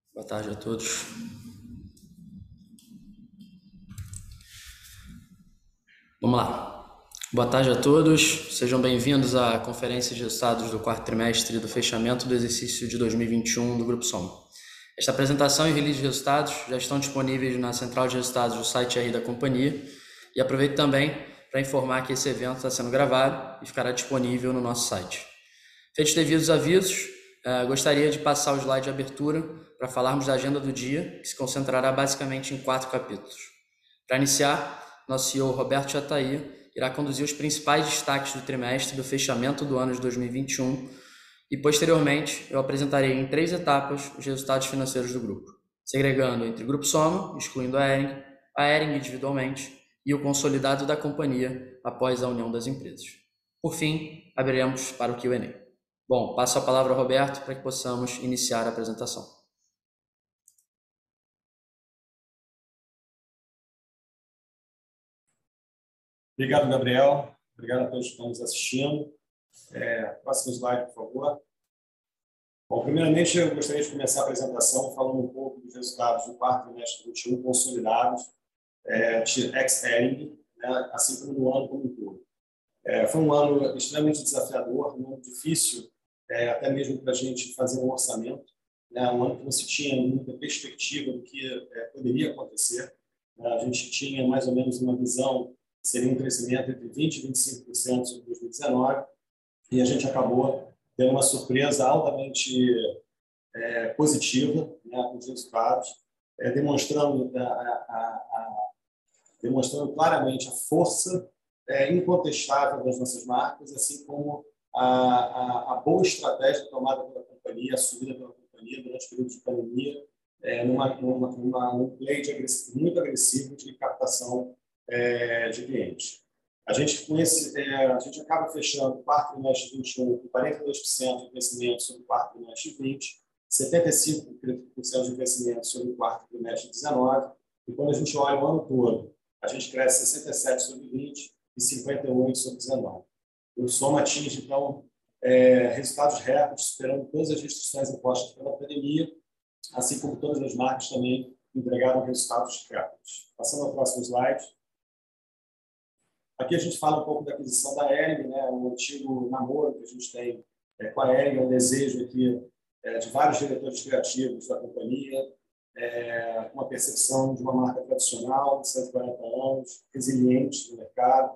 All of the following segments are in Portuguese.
Boa tarde a todos. Vamos lá. Boa tarde a todos. Sejam bem-vindos à conferência de resultados do quarto trimestre do fechamento do exercício de 2021 do Grupo Soma. Esta apresentação e release de resultados já estão disponíveis na central de resultados do site RI da companhia e aproveito também para informar que esse evento está sendo gravado e ficará disponível no nosso site. Feitos devidos avisos, gostaria de passar o slide de abertura para falarmos da agenda do dia, que se concentrará basicamente em 4 capítulos. Para iniciar, nosso CEO Roberto Jatahy irá conduzir os principais destaques do trimestre do fechamento do ano de 2021 e, posteriormente, eu apresentarei em 3 etapas os resultados financeiros do grupo, segregando entre o Grupo Soma, excluindo a Hering individualmente e o consolidado da companhia após a união das empresas. Por fim, abriremos para o Q&A. Bom, passo a palavra ao Roberto para que possamos iniciar a apresentação. Obrigado, Gabriel. Obrigado a todos que estão nos assistindo. Próximo slide, por favor. Bom, primeiramente, eu gostaria de começar a apresentação falando um pouco dos resultados do quarto trimestre de 2021 consolidados, de ex-Hering, né, assim como do ano como um todo. Foi um ano extremamente desafiador, um ano difícil, até mesmo para a gente fazer um orçamento, né, um ano que não se tinha muita perspectiva do que poderia acontecer. A gente tinha mais ou menos uma visão, seria um crescimento entre 20% e 25% sobre 2019, e a gente acabou tendo uma surpresa altamente positiva, né, com os resultados, demonstrando claramente a força incontestável das nossas marcas, assim como a boa estratégia tomada pela companhia, assumida pela companhia durante o período de pandemia, num play muito agressivo de captação de clientes. A gente acaba fechando o quarto trimestre de 2021 com 42% de crescimento sobre o quarto trimestre de 2020, 75% de crescimento sobre o quarto trimestre de 2019, e quando a gente olha o ano todo, a gente cresce 67% sobre 20 e 58% sobre 19. O Soma atinge, então, resultados recordes, superando todas as restrições impostas pela pandemia, assim como todas as marcas também entregaram resultados recordes. Passando ao próximo slide. Aqui a gente fala um pouco da aquisição da Hering, né, um antigo namoro que a gente tem com a Hering, um desejo aqui de vários diretores criativos da companhia, uma percepção de uma marca tradicional, de 140 anos, resiliente no mercado.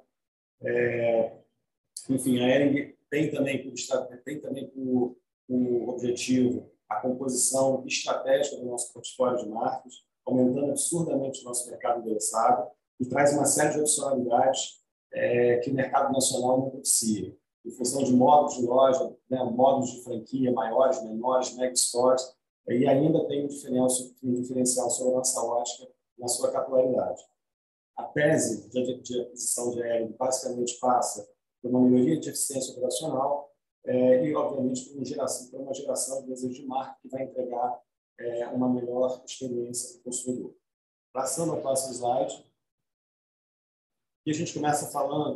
Enfim, a Hering tem também por objetivo a composição estratégica do nosso portfólio de marcas, aumentando absurdamente o nosso mercado endereçável e traz uma série de opcionalidades que o mercado nacional não propicia, em função de modos de loja, né, modos de franquia maiores, menores, mega stores, e ainda tem um diferencial sobre a nossa ótica na sua capilaridade. A tese de aquisição de Hering basicamente passa por uma melhoria de eficiência operacional e, obviamente, por uma geração de desejo de marca que vai entregar uma melhor experiência para o consumidor. Passando ao próximo slide. Aqui a gente começa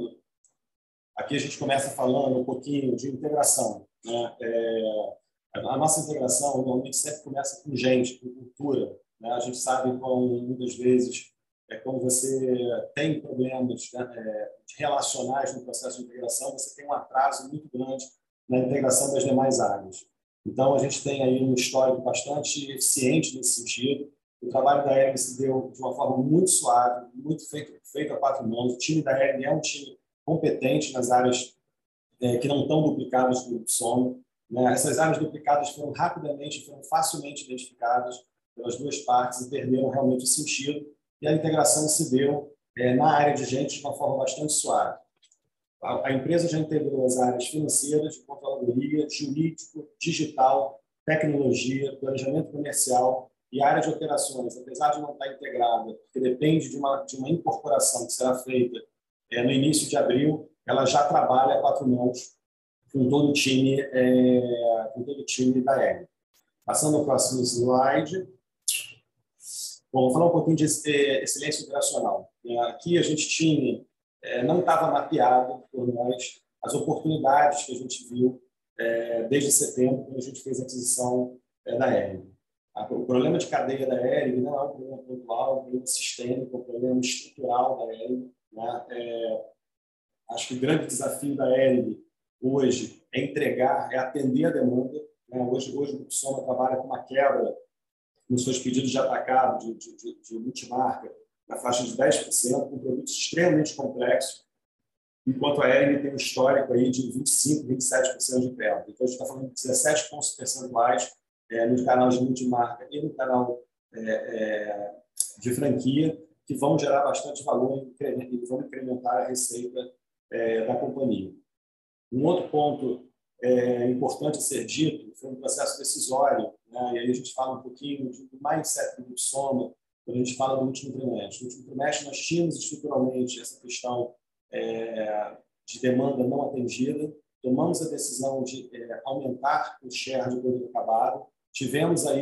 falando um pouquinho de integração, né? A nossa integração normalmente sempre começa com gente, com cultura, né? A gente sabe como muitas vezes quando você tem problemas, né, relacionais no processo de integração, você tem um atraso muito grande na integração das demais áreas. Então a gente tem aí um histórico bastante eficiente nesse sentido. O trabalho da Hering se deu de uma forma muito suave, muito feito a 4 mãos. O time da Hering é um time competente nas áreas que não estão duplicadas do Soma, né? Essas áreas duplicadas foram facilmente identificadas pelas duas partes e perderam realmente o sentido. E a integração se deu na área de gente de uma forma bastante suave. A empresa já integrou as áreas financeiras, controladoria, jurídico, digital, tecnologia, planejamento comercial e área de operações, apesar de não estar integrada, porque depende de uma incorporação que será feita no início de abril, ela já trabalha a 4 mãos com todo o time da Hering. Passando ao próximo slide. Bom, vou falar um pouquinho de excelência operacional. Aqui a gente não estava mapeado por nós as oportunidades que a gente viu desde setembro, quando a gente fez a aquisição da Hering. O problema de cadeia da Hering não é um problema pontual, é um problema sistêmico, é um problema estrutural da Hering, né? Acho que o grande desafio da Hering hoje é entregar, é atender a demanda, né? Hoje o Grupo Soma trabalha com uma quebra nos seus pedidos de atacado, de multimarca, na faixa de 10%, com produtos extremamente complexos, enquanto a Hering tem um histórico aí de 25%, 27% de quebra. Então, a gente está falando de 17 pontos percentuais no canal de multimarca e no canal de franquia, que vão gerar bastante valor e vão incrementar a receita da companhia. Um outro ponto importante a ser dito foi um processo decisório, né? E aí a gente fala um pouquinho do mindset do Grupo Soma, quando a gente fala do último trimestre. No último trimestre, nós tínhamos estruturalmente essa questão de demanda não atendida, tomamos a decisão de aumentar o share de produto acabado, tivemos aí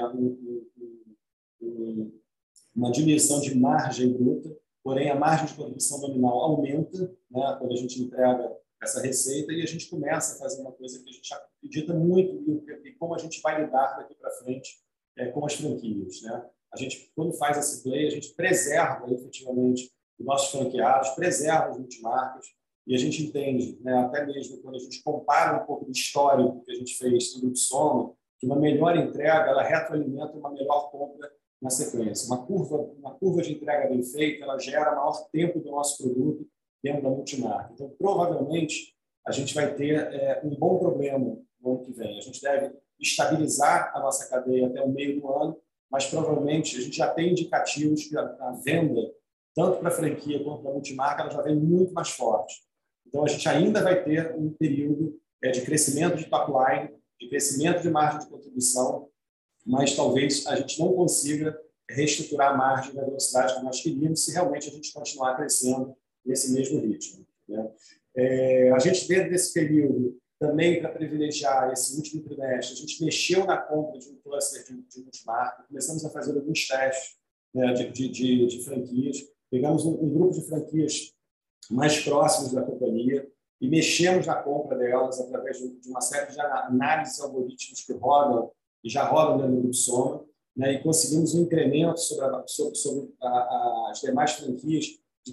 uma diminuição de margem bruta, porém a margem de contribuição nominal aumenta, né, quando a gente entrega essa receita, e a gente começa a fazer uma coisa que a gente acredita muito e como a gente vai lidar daqui para frente com as franquias, né? A gente, quando faz esse play, a gente preserva efetivamente os nossos franqueados, preserva as multimarcas, e a gente entende, né, até mesmo quando a gente compara um pouco do histórico que a gente fez no Grupo Soma, que uma melhor entrega, ela retroalimenta uma melhor compra na sequência. Uma curva de entrega bem feita, ela gera maior tempo do nosso produto dentro da multimarca. Então, provavelmente, a gente vai ter um bom problema no ano que vem. A gente deve estabilizar a nossa cadeia até o meio do ano, mas provavelmente a gente já tem indicativos que a venda, tanto para a franquia quanto para a multimarca, ela já vem muito mais forte. Então, a gente ainda vai ter um período de crescimento de top line, de crescimento de margem de contribuição, mas talvez a gente não consiga reestruturar a margem da velocidade que nós queríamos se realmente a gente continuar crescendo nesse mesmo ritmo, né? A gente, dentro desse período, também para privilegiar esse último trimestre, a gente mexeu na compra de um cluster de multimarca, começamos a fazer alguns testes, né, de franquias, pegamos um grupo de franquias mais próximos da companhia e mexemos na compra delas através de uma série de análises de algoritmos que rodam e já rodam dentro do Grupo Soma, né, e conseguimos um incremento sobre as demais franquias de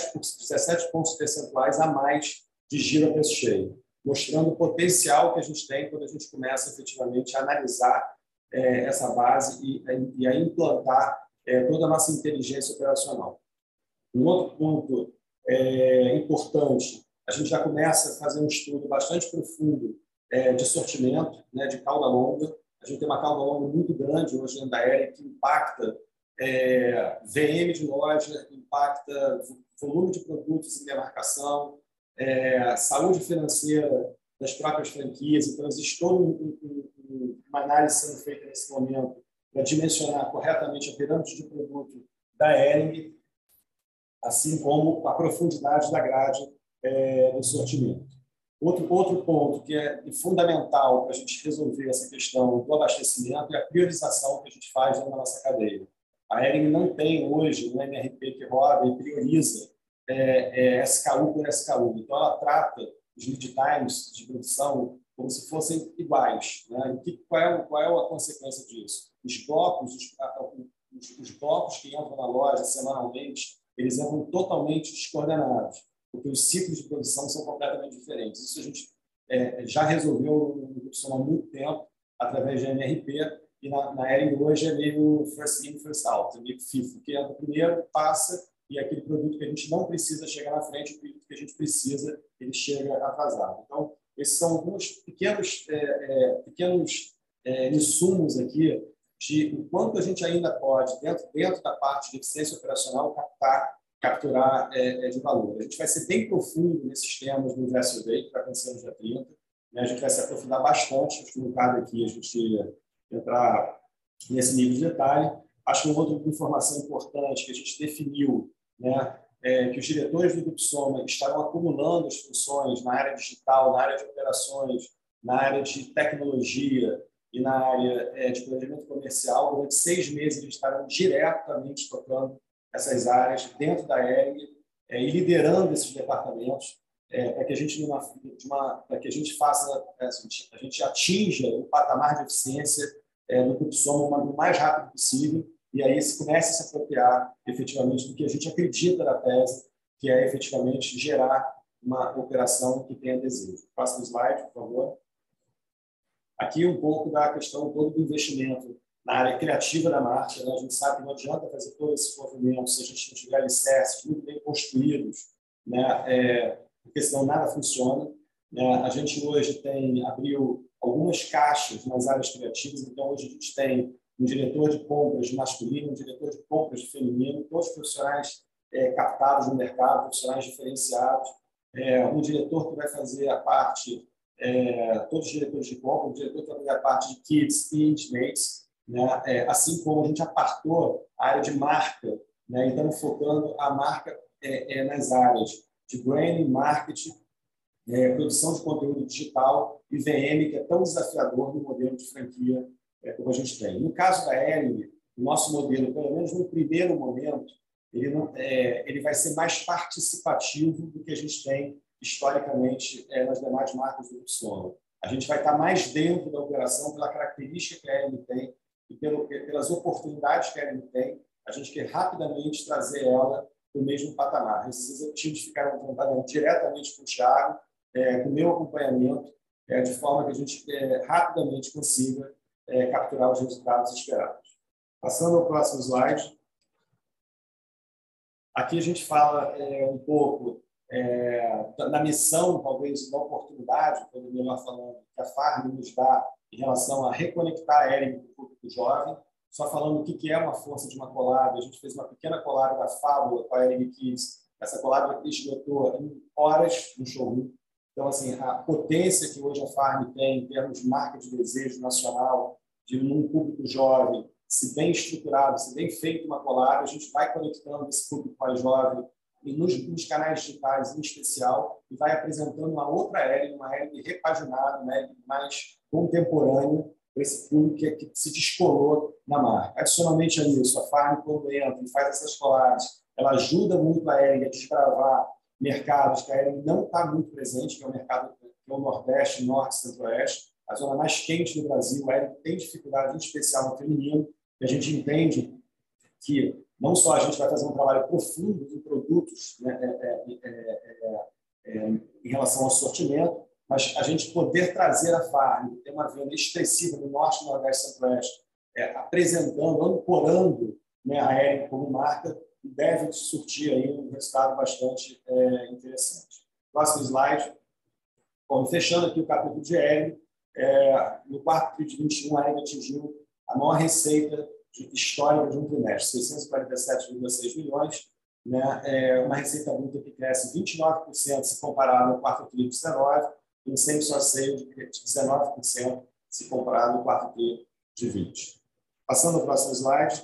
17 pontos percentuais a mais de giro a preço cheio, mostrando o potencial que a gente tem quando a gente começa efetivamente a analisar essa base e a implantar toda a nossa inteligência operacional. Um outro ponto importante, a gente já começa a fazer um estudo bastante profundo de sortimento, né, de cauda longa. A gente tem uma cauda longa muito grande hoje dentro da Hering que impacta VM de loja, impacta volume de produtos em demarcação, saúde financeira das próprias franquias. Então, existe toda uma análise sendo feita nesse momento para dimensionar corretamente a pirâmide de produto da Hering, assim como a profundidade da grade do sortimento. Outro ponto que é fundamental para a gente resolver essa questão do abastecimento é a priorização que a gente faz dentro da nossa cadeia. A Hering não tem hoje um MRP que roda e prioriza SKU por SKU. Então, ela trata os lead times de produção como se fossem iguais, né? Qual é a consequência disso? Os blocos que entram na loja semanalmente, eles entram totalmente descoordenados, porque os ciclos de produção são completamente diferentes. Isso a gente já resolveu no Grupo Soma há muito tempo, através de MRP, e na Hering hoje é meio first in, first out, é meio FIFO, que entra primeiro, passa, e aquele produto que a gente não precisa chegar na frente, o produto que a gente precisa, ele chega atrasado. Então, esses são alguns pequenos insumos aqui de o quanto a gente ainda pode, dentro da parte de eficiência operacional, capturar de valor. A gente vai ser bem profundo nesses temas no Investor Day, que vai acontecer no dia 30. Né? A gente vai se aprofundar bastante, acho que não cabe aqui a gente entrar nesse nível de detalhe. Acho que uma outra informação importante que a gente definiu, né, que os diretores do Grupo Soma estarão acumulando as funções na área digital, na área de operações, na área de tecnologia e na área de planejamento comercial. Durante 6 meses, eles estarão diretamente tocando essas áreas dentro da Hering e liderando esses departamentos para que a gente faça, a gente atinja o patamar de eficiência no Grupo Soma o mais rápido possível, e aí se comece a se apropriar efetivamente do que a gente acredita da tese, que é efetivamente gerar uma operação que tenha desejo. Próximo slide, por favor. Aqui um pouco da questão todo do investimento na área criativa da marca. Né? A gente sabe que não adianta fazer todo esse movimento se a gente não tiver alicerces muito bem construídos, né? Porque senão nada funciona. Né? A gente hoje abriu algumas caixas nas áreas criativas, então hoje a gente tem um diretor de compras masculino, um diretor de compras feminino, todos profissionais captados no mercado, profissionais diferenciados, um diretor que vai fazer a parte, todos os diretores de compra, um diretor que vai fazer a parte de kids e intimates, né? Assim como a gente apartou a área de marca, né? E estamos focando a marca nas áreas de branding, marketing, produção de conteúdo digital e VM, que é tão desafiador no modelo de franquia como a gente tem. No caso da Hering, o nosso modelo, pelo menos no primeiro momento, ele vai ser mais participativo do que a gente tem historicamente nas demais marcas do Grupo Soma. A gente vai estar mais dentro da operação pela característica que a Hering tem e pelas oportunidades que a Hering tem. A gente quer rapidamente trazer ela para o mesmo patamar. Esses executivos ficaram trabalhando diretamente com o Thiago, com o meu acompanhamento, de forma que a gente rapidamente consiga capturar os resultados esperados. Passando ao próximo slide. Aqui a gente fala um pouco da missão, talvez, da oportunidade, quando melhor falando, que a Farm nos dá em relação a reconectar a Hering com o público jovem. Só falando o que é uma força de uma collab, a gente fez uma pequena collab da Fábula com a Hering Kids. Essa collab esgotou em horas no showroom. Então, assim, a potência que hoje a Farm tem em termos de marca de desejo nacional, de um público jovem, se bem estruturado, se bem feito uma collab, a gente vai conectando esse público mais jovem e nos canais digitais em especial e vai apresentando uma outra Hering, uma Hering repaginada, uma Hering mais contemporânea para esse público que se descolou na marca. Adicionalmente a isso, a Farm, quando entra e faz essas collabs, ela ajuda muito a Hering a desbravar mercados que a Hering não está muito presente, que é o mercado que é o Nordeste, Norte e Centro-Oeste, a zona mais quente do Brasil. A Hering tem dificuldade, em especial no feminino, e a gente entende que não só a gente vai fazer um trabalho profundo em produtos, né, em relação ao sortimento, mas a gente poder trazer a Farm, ter uma venda expressiva no Norte, Nordeste e Centro-Oeste, apresentando, ancorando, né, a Hering como marca, deve surtir aí um resultado bastante interessante. Próximo slide. Bom, fechando aqui o capítulo de Hering, no quarto TRI de 21, a Hering atingiu a maior receita histórica de um trimestre, 647,6 milhões, né? Uma receita bruta que cresce 29% se comparado ao quarto TRI de 19, e um same-store sales de 19% se comparado ao quarto TRI de 20. Passando ao próximo slide.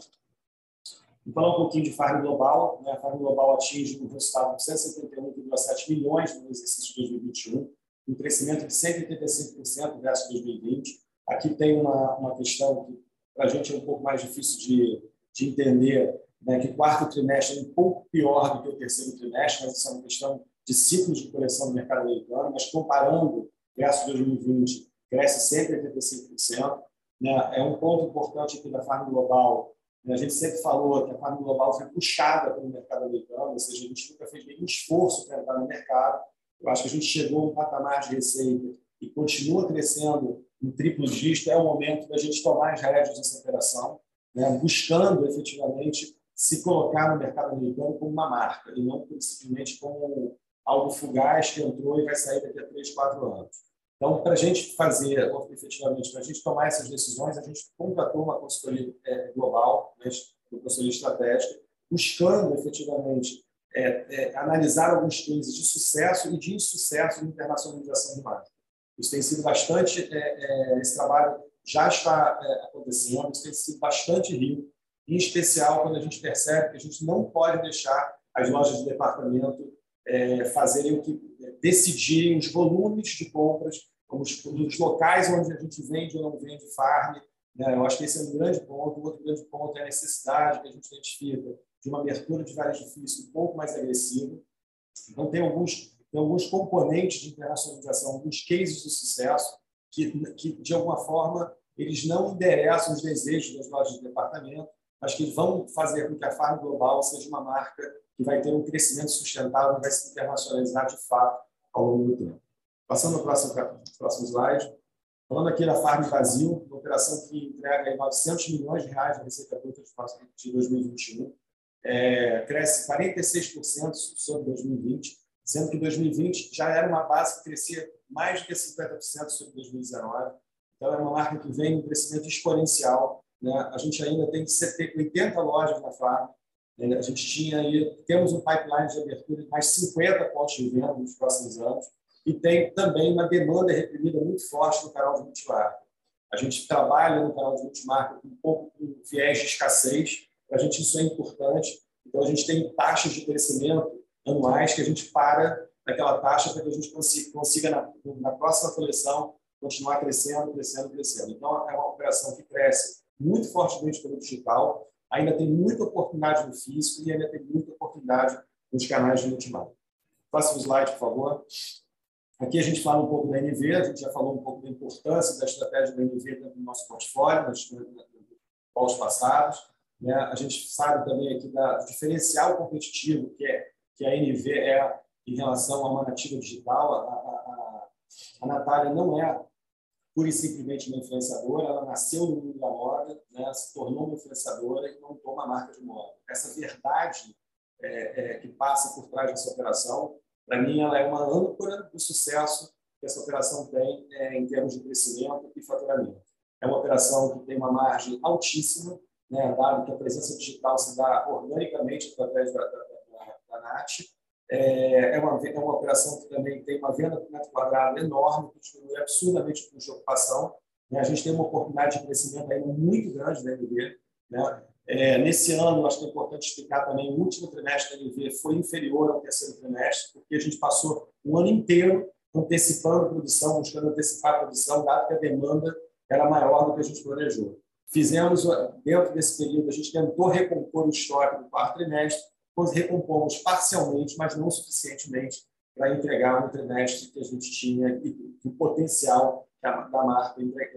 Vou falar um pouquinho de Farm Global. Né? A Farm Global atinge um resultado de 171,7 milhões no exercício de 2021, um crescimento de 185% versus 2020. Aqui tem uma questão que para a gente é um pouco mais difícil de entender, né? Que o quarto trimestre é um pouco pior do que o terceiro trimestre, mas isso é uma questão de ciclos de coleção do mercado americano, mas comparando versus 2020, cresce 185%. Né? É um ponto importante aqui da Farm Global. A gente sempre falou que a Farm Global foi puxada pelo mercado americano, ou seja, a gente nunca fez nenhum esforço para entrar no mercado. Eu acho que a gente chegou a um patamar de receita e continua crescendo em triplo dígito. É o momento da gente tomar as rédeas dessa operação, né, buscando efetivamente se colocar no mercado americano como uma marca e não simplesmente como algo fugaz que entrou e vai sair daqui a 3, 4 anos. Então, para a gente fazer, efetivamente, para a gente tomar essas decisões, a gente contratou uma consultoria global, né, uma consultoria estratégica, buscando efetivamente analisar alguns cases de sucesso e de insucesso de internacionalização de marca. Isso tem sido bastante, esse trabalho já está acontecendo, isso tem sido bastante rico, em especial quando a gente percebe que a gente não pode deixar as lojas de departamento fazerem o que decidirem os volumes de compras, como os locais onde a gente vende ou não vende Farm. Né? Eu acho que esse é um grande ponto. O outro grande ponto é a necessidade que a gente identifica de uma abertura de varejo físico um pouco mais agressiva. Então, tem alguns componentes de internacionalização, alguns cases de sucesso que de alguma forma, eles não endereçam os desejos das lojas de departamento, mas que vão fazer com que a Farm Global seja uma marca que vai ter um crescimento sustentável e vai se internacionalizar de fato ao longo do tempo. Passando ao próximo slide. Falando aqui da Farm Brasil, uma operação que entrega aí 900 milhões de reais de receita bruta de 2021, cresce 46% sobre 2020, sendo que 2020 já era uma base que crescia mais de 50% sobre 2019. Então, é uma marca que vem em um crescimento exponencial, né? A gente ainda tem 80 lojas na Farm. A gente temos um pipeline de abertura de mais 50 pontos de venda nos próximos anos e tem também uma demanda reprimida muito forte no canal de multimarca. A gente trabalha no canal de multimarca com um pouco com viés de escassez. Para a gente isso é importante. Então, a gente tem taxas de crescimento anuais que a gente para naquela taxa para que a gente consiga na próxima coleção, continuar crescendo. Então, é uma operação que cresce muito fortemente pelo digital, ainda tem muita oportunidade no físico e ainda tem muita oportunidade nos canais de multimarca. Próximo slide, por favor. Aqui a gente fala um pouco da NV, a gente já falou um pouco da importância da estratégia da NV dentro do nosso portfólio, nos anos passados. Né? A gente sabe também aqui do diferencial competitivo que a NV é em relação a uma nativa digital. A Natália não é pura e simplesmente uma influenciadora, ela nasceu no mundo da moda, né? Se tornou uma influenciadora e montou uma marca de moda. Essa verdade que passa por trás dessa operação, para mim, ela é uma âncora do sucesso que essa operação tem em termos de crescimento e faturamento. É uma operação que tem uma margem altíssima, né, dado que a presença digital se dá organicamente através da NAT. É uma operação que também tem uma venda por metro quadrado enorme, que diminui absurdamente o custo de ocupação. Né? A gente tem uma oportunidade de crescimento ainda muito grande da NV. Né? Nesse ano, acho que é importante explicar também, o último trimestre da NV foi inferior ao terceiro trimestre, porque a gente passou um ano inteiro antecipando a produção, buscando antecipar a produção, dado que a demanda era maior do que a gente planejou. Fizemos, dentro desse período, a gente tentou recompor o estoque do quarto trimestre, recompomos parcialmente, mas não suficientemente para entregar no trimestre que a gente tinha e o potencial da marca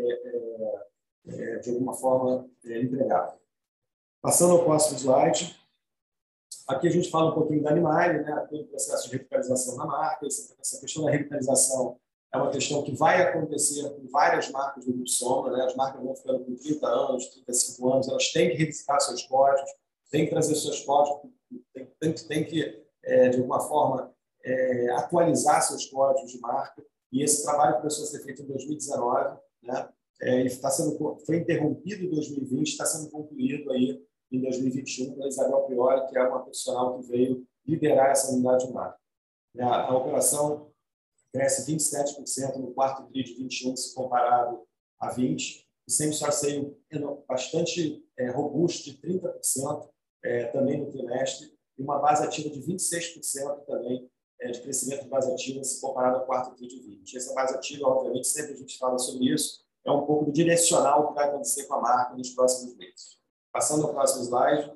de alguma forma entregava. Passando ao próximo slide, aqui a gente fala um pouquinho da Animale, né? Todo o processo de revitalização da marca. Essa questão da revitalização é uma questão que vai acontecer com várias marcas do Grupo Soma, né? As marcas vão ficando com 30 anos, 35 anos, elas têm que revisitar seus códigos, têm que trazer seus códigos, têm que, de alguma forma, atualizar seus códigos de marca. E esse trabalho começou a ser feito em 2019, né? Foi interrompido em 2020, está sendo concluído aí em 2021 pela Isabel Priori, que é uma profissional que veio liderar essa unidade de marca. A operação cresce 27% no quarto TRI de 21, se comparado a 20, o same-store sale bastante robusto de 30% também no trimestre, e uma base ativa de 26% também de crescimento de base ativa se comparado ao quarto TRI de 20. Essa base ativa, obviamente, sempre a gente fala sobre isso, é um pouco do direcional que vai acontecer com a marca nos próximos meses. Passando ao próximo slide.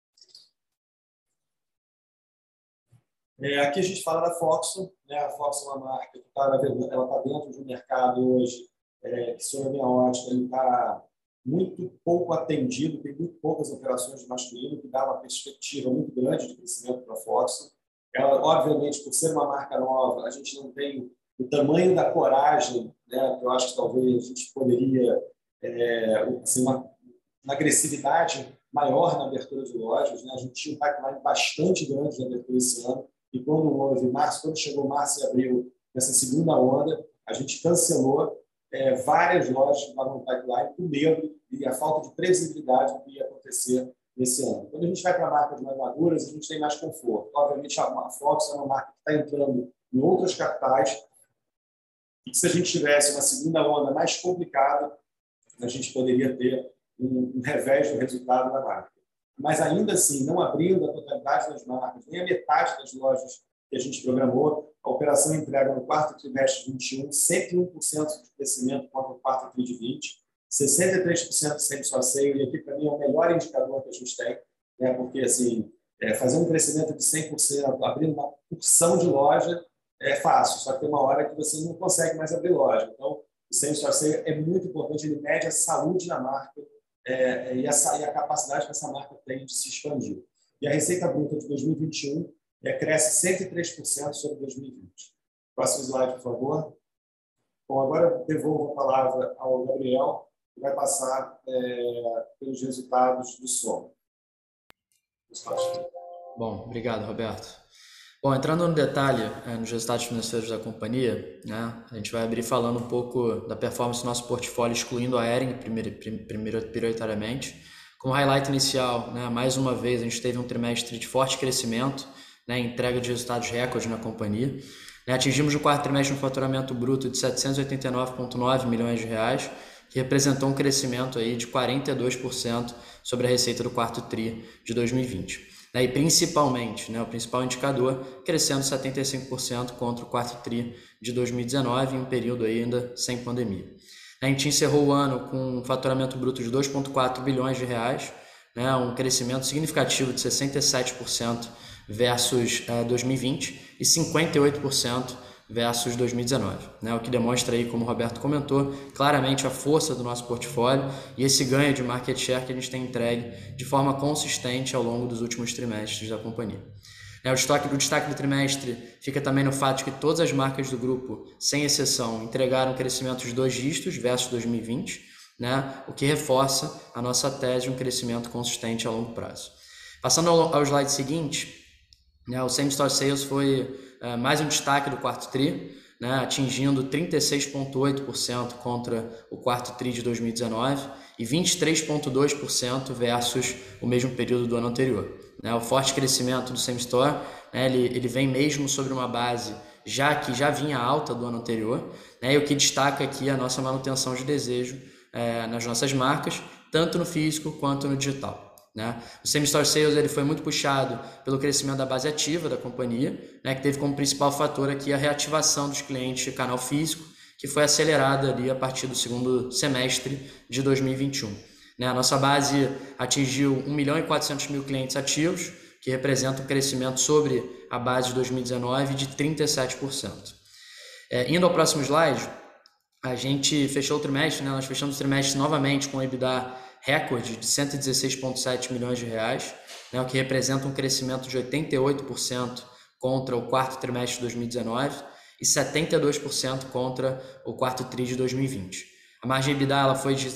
Aqui a gente fala da Foxton, né? A Foxton é uma marca que está dentro de um mercado hoje que, sob a minha ótica, ele está muito pouco atendido, tem muito poucas operações de masculino, que dá uma perspectiva muito grande de crescimento para a Foxton. Ela, obviamente, por ser uma marca nova, a gente não tem o tamanho da coragem, né, que eu acho que talvez a gente poderia, assim, uma agressividade maior na abertura de lojas. Né? A gente tinha um pipeline bastante grande de abertura esse ano, e quando chegou março e abril, nessa segunda onda, a gente cancelou várias lojas que estavam no pipeline com medo e a falta de previsibilidade do que ia acontecer nesse ano. Quando a gente vai para marcas mais maduras, a gente tem mais conforto. Obviamente, a Fox é uma marca que está entrando em outras capitais, e que se a gente tivesse uma segunda onda mais complicada, a gente poderia ter um revés do resultado da marca. Mas ainda assim, não abrindo a totalidade das marcas, nem a metade das lojas que a gente programou, a operação entrega no quarto trimestre de 21, 101% de crescimento contra o quarto trimestre de 20, 63% de same-store sale, e aqui para mim é o melhor indicador que a gente tem, né? Porque assim, fazer um crescimento de 100%, abrindo uma porção de loja, é fácil, só que tem uma hora que você não consegue mais abrir loja. Então, o same-store sale é muito importante, ele mede a saúde da marca e a capacidade que essa marca tem de se expandir. E a receita bruta de 2021 cresce 103% sobre 2020. Próximo slide, por favor. Bom, agora devolvo a palavra ao Gabriel, que vai passar pelos resultados do SOM. Bom, obrigado, Roberto. Bom, entrando no detalhe nos resultados financeiros da companhia, né, a gente vai abrir falando um pouco da performance do nosso portfólio, excluindo a Hering, prioritariamente. Como highlight inicial, né, mais uma vez, a gente teve um trimestre de forte crescimento, né, entrega de resultados recordes na companhia. Né, atingimos no quarto trimestre um faturamento bruto de 789,9 milhões de reais, que representou um crescimento aí de 42% sobre a receita do quarto TRI de 2020. E principalmente, né, o principal indicador, crescendo 75% contra o quarto TRI de 2019, em um período ainda sem pandemia. A gente encerrou o ano com um faturamento bruto de 2,4 bilhões de reais, né, um crescimento significativo de 67% versus 2020 e 58% versus 2019, né? O que demonstra aí, como o Roberto comentou, claramente a força do nosso portfólio e esse ganho de market share que a gente tem entregue de forma consistente ao longo dos últimos trimestres da companhia. O destaque do trimestre fica também no fato de que todas as marcas do grupo, sem exceção, entregaram crescimento de 2 dígitos versus 2020, né? O que reforça a nossa tese de um crescimento consistente a longo prazo. Passando ao slide seguinte, né, o same-store sales foi mais um destaque do quarto TRI, né, atingindo 36,8% contra o quarto TRI de 2019 e 23,2% versus o mesmo período do ano anterior. Né, o forte crescimento do same-store, né, ele vem mesmo sobre uma base que já vinha alta do ano anterior, né, e o que destaca aqui é a nossa manutenção de desejo nas nossas marcas, tanto no físico quanto no digital. Né? O same-store sales ele foi muito puxado pelo crescimento da base ativa da companhia, né, que teve como principal fator aqui a reativação dos clientes de canal físico, que foi acelerada ali a partir do segundo semestre de 2021. Né? A nossa base atingiu 1.400.000 clientes ativos, que representa um crescimento sobre a base de 2019 de 37%. Indo ao próximo slide, a gente fechou o trimestre, né? Nós fechamos o trimestre novamente com o EBITDA recorde de 116,7 milhões de reais, né, o que representa um crescimento de 88% contra o quarto trimestre de 2019 e 72% contra o quarto TRI de 2020. A margem EBITDA ela foi de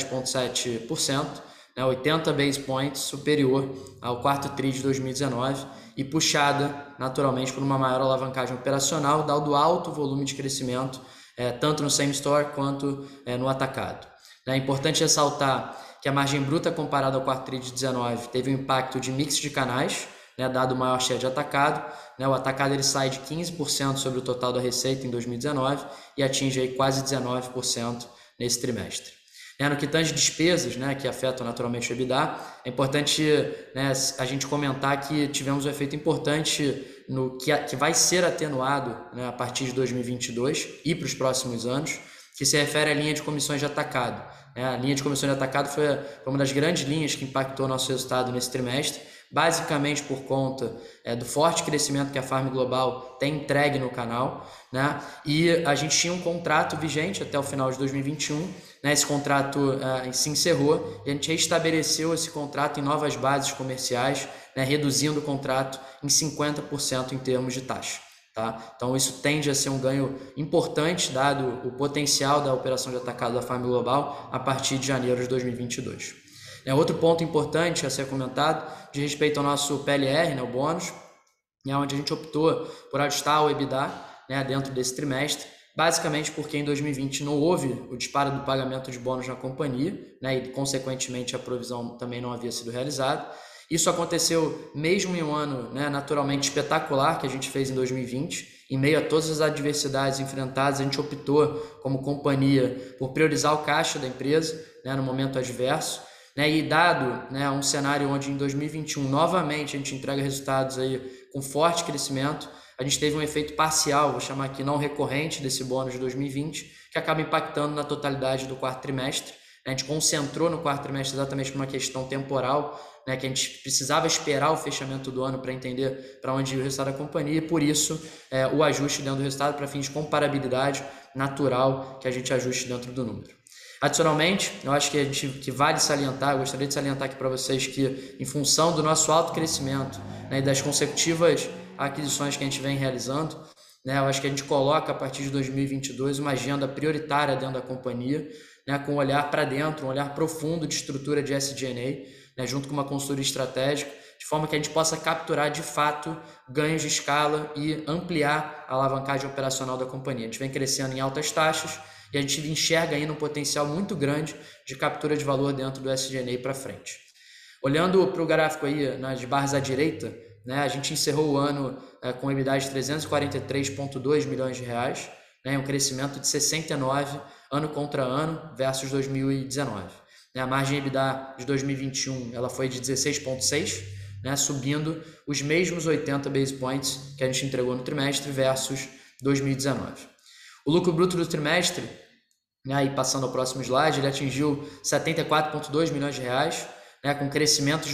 17,7%, né, 80 base points superior ao quarto TRI de 2019 e puxada naturalmente por uma maior alavancagem operacional, dado o alto volume de crescimento, tanto no same-store quanto no atacado. É importante ressaltar que a margem bruta comparada ao quarto TRI de 19 teve um impacto de mix de canais, né, dado o maior share de atacado. Né, o atacado ele sai de 15% sobre o total da receita em 2019 e atinge aí quase 19% nesse trimestre. No que tange despesas, né, que afetam naturalmente o EBITDA, é importante, né, a gente comentar que tivemos um efeito importante que vai ser atenuado, né, a partir de 2022 e para os próximos anos, que se refere à linha de comissões de atacado. A linha de comissões de atacado foi uma das grandes linhas que impactou nosso resultado nesse trimestre, basicamente por conta do forte crescimento que a Farm Global tem entregue no canal, né? E a gente tinha um contrato vigente até o final de 2021, né? Esse contrato se encerrou e a gente restabeleceu esse contrato em novas bases comerciais, né? Reduzindo o contrato em 50% em termos de taxa. Tá? Então isso tende a ser um ganho importante, dado o potencial da operação de atacado da Farm Global a partir de janeiro de 2022. Outro ponto importante a ser comentado diz respeito ao nosso PLR, né, o bônus, onde a gente optou por ajustar o EBITDA, né, dentro desse trimestre, basicamente porque em 2020 não houve o disparo do pagamento de bônus na companhia, né, e consequentemente a provisão também não havia sido realizada. Isso aconteceu mesmo em um ano, né, naturalmente espetacular que a gente fez em 2020. Em meio a todas as adversidades enfrentadas, a gente optou como companhia por priorizar o caixa da empresa, né, no momento adverso. Né, e dado, né, um cenário onde em 2021 novamente a gente entrega resultados aí com forte crescimento, a gente teve um efeito parcial, vou chamar aqui não recorrente, desse bônus de 2020, que acaba impactando na totalidade do quarto trimestre. A gente concentrou no quarto trimestre exatamente por uma questão temporal, né, que a gente precisava esperar o fechamento do ano para entender para onde ia o resultado da companhia, e por isso o ajuste dentro do resultado para fins de comparabilidade, natural que a gente ajuste dentro do número. Adicionalmente, eu acho que vale salientar, eu gostaria de salientar aqui para vocês que, em função do nosso alto crescimento, né, e das consecutivas aquisições que a gente vem realizando, né, eu acho que a gente coloca a partir de 2022 uma agenda prioritária dentro da companhia, né, com um olhar para dentro, um olhar profundo de estrutura de SG&A, né, junto com uma consultoria estratégica, de forma que a gente possa capturar de fato ganhos de escala e ampliar a alavancagem operacional da companhia. A gente vem crescendo em altas taxas e a gente enxerga ainda um potencial muito grande de captura de valor dentro do SG&A para frente. Olhando para o gráfico aí nas barras à direita, né, a gente encerrou o ano com EBITDA de 343,2 milhões de reais, né, um crescimento de 69 ano contra ano versus 2019. A margem EBITDA de 2021 ela foi de 16,6, né, subindo os mesmos 80 base points que a gente entregou no trimestre versus 2019. O lucro bruto do trimestre, né, e passando ao próximo slide, ele atingiu 74,2 milhões de reais, né, com crescimento de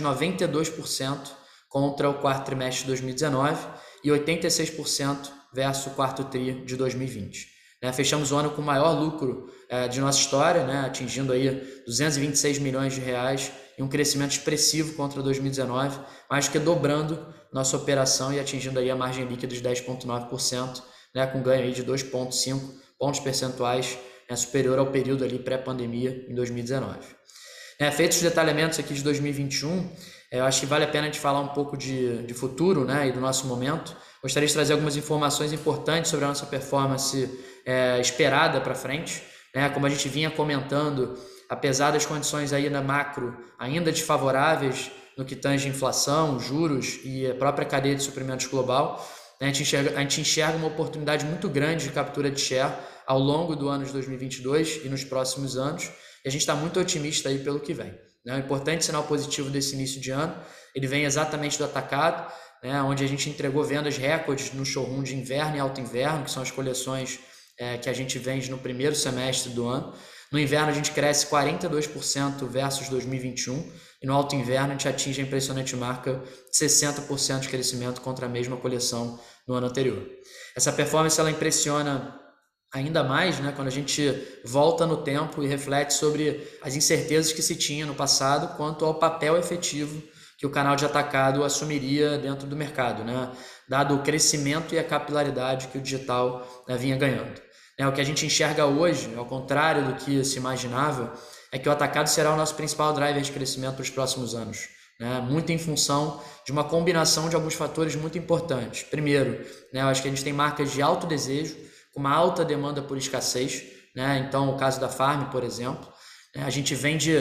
92% contra o quarto trimestre de 2019 e 86% versus o quarto tri de 2020. Fechamos o ano com o maior lucro de nossa história, né, atingindo aí 226 milhões de reais e um crescimento expressivo contra 2019, mais do que dobrando nossa operação e atingindo aí a margem líquida de 10,9%, né, com ganho aí de 2,5 pontos percentuais, né, superior ao período ali pré-pandemia em 2019. Feitos os detalhamentos aqui de 2021, eu acho que vale a pena a gente falar um pouco de futuro, né, e do nosso momento. Gostaria de trazer algumas informações importantes sobre a nossa performance esperada para frente. Né, como a gente vinha comentando, apesar das condições aí na macro ainda desfavoráveis no que tange inflação, juros e a própria cadeia de suprimentos global, a gente enxerga uma oportunidade muito grande de captura de share ao longo do ano de 2022 e nos próximos anos, e a gente está muito otimista aí pelo que vem. Um importante sinal positivo desse início de ano, ele vem exatamente do atacado, né, onde a gente entregou vendas recordes no showroom de inverno e alto inverno, que são as coleções que a gente vende no primeiro semestre do ano. No inverno a gente cresce 42% versus 2021 e no alto inverno a gente atinge a impressionante marca de 60% de crescimento contra a mesma coleção no ano anterior. Essa performance ela impressiona ainda mais, né, quando a gente volta no tempo e reflete sobre as incertezas que se tinha no passado quanto ao papel efetivo que o canal de atacado assumiria dentro do mercado, né, dado o crescimento e a capilaridade que o digital vinha ganhando. O que a gente enxerga hoje, ao contrário do que se imaginava, é que o atacado será o nosso principal driver de crescimento para os próximos anos, né, muito em função de uma combinação de alguns fatores muito importantes. Primeiro, né, eu acho que a gente tem marcas de alto desejo, com uma alta demanda por escassez, né? Então o caso da Farm, por exemplo, a gente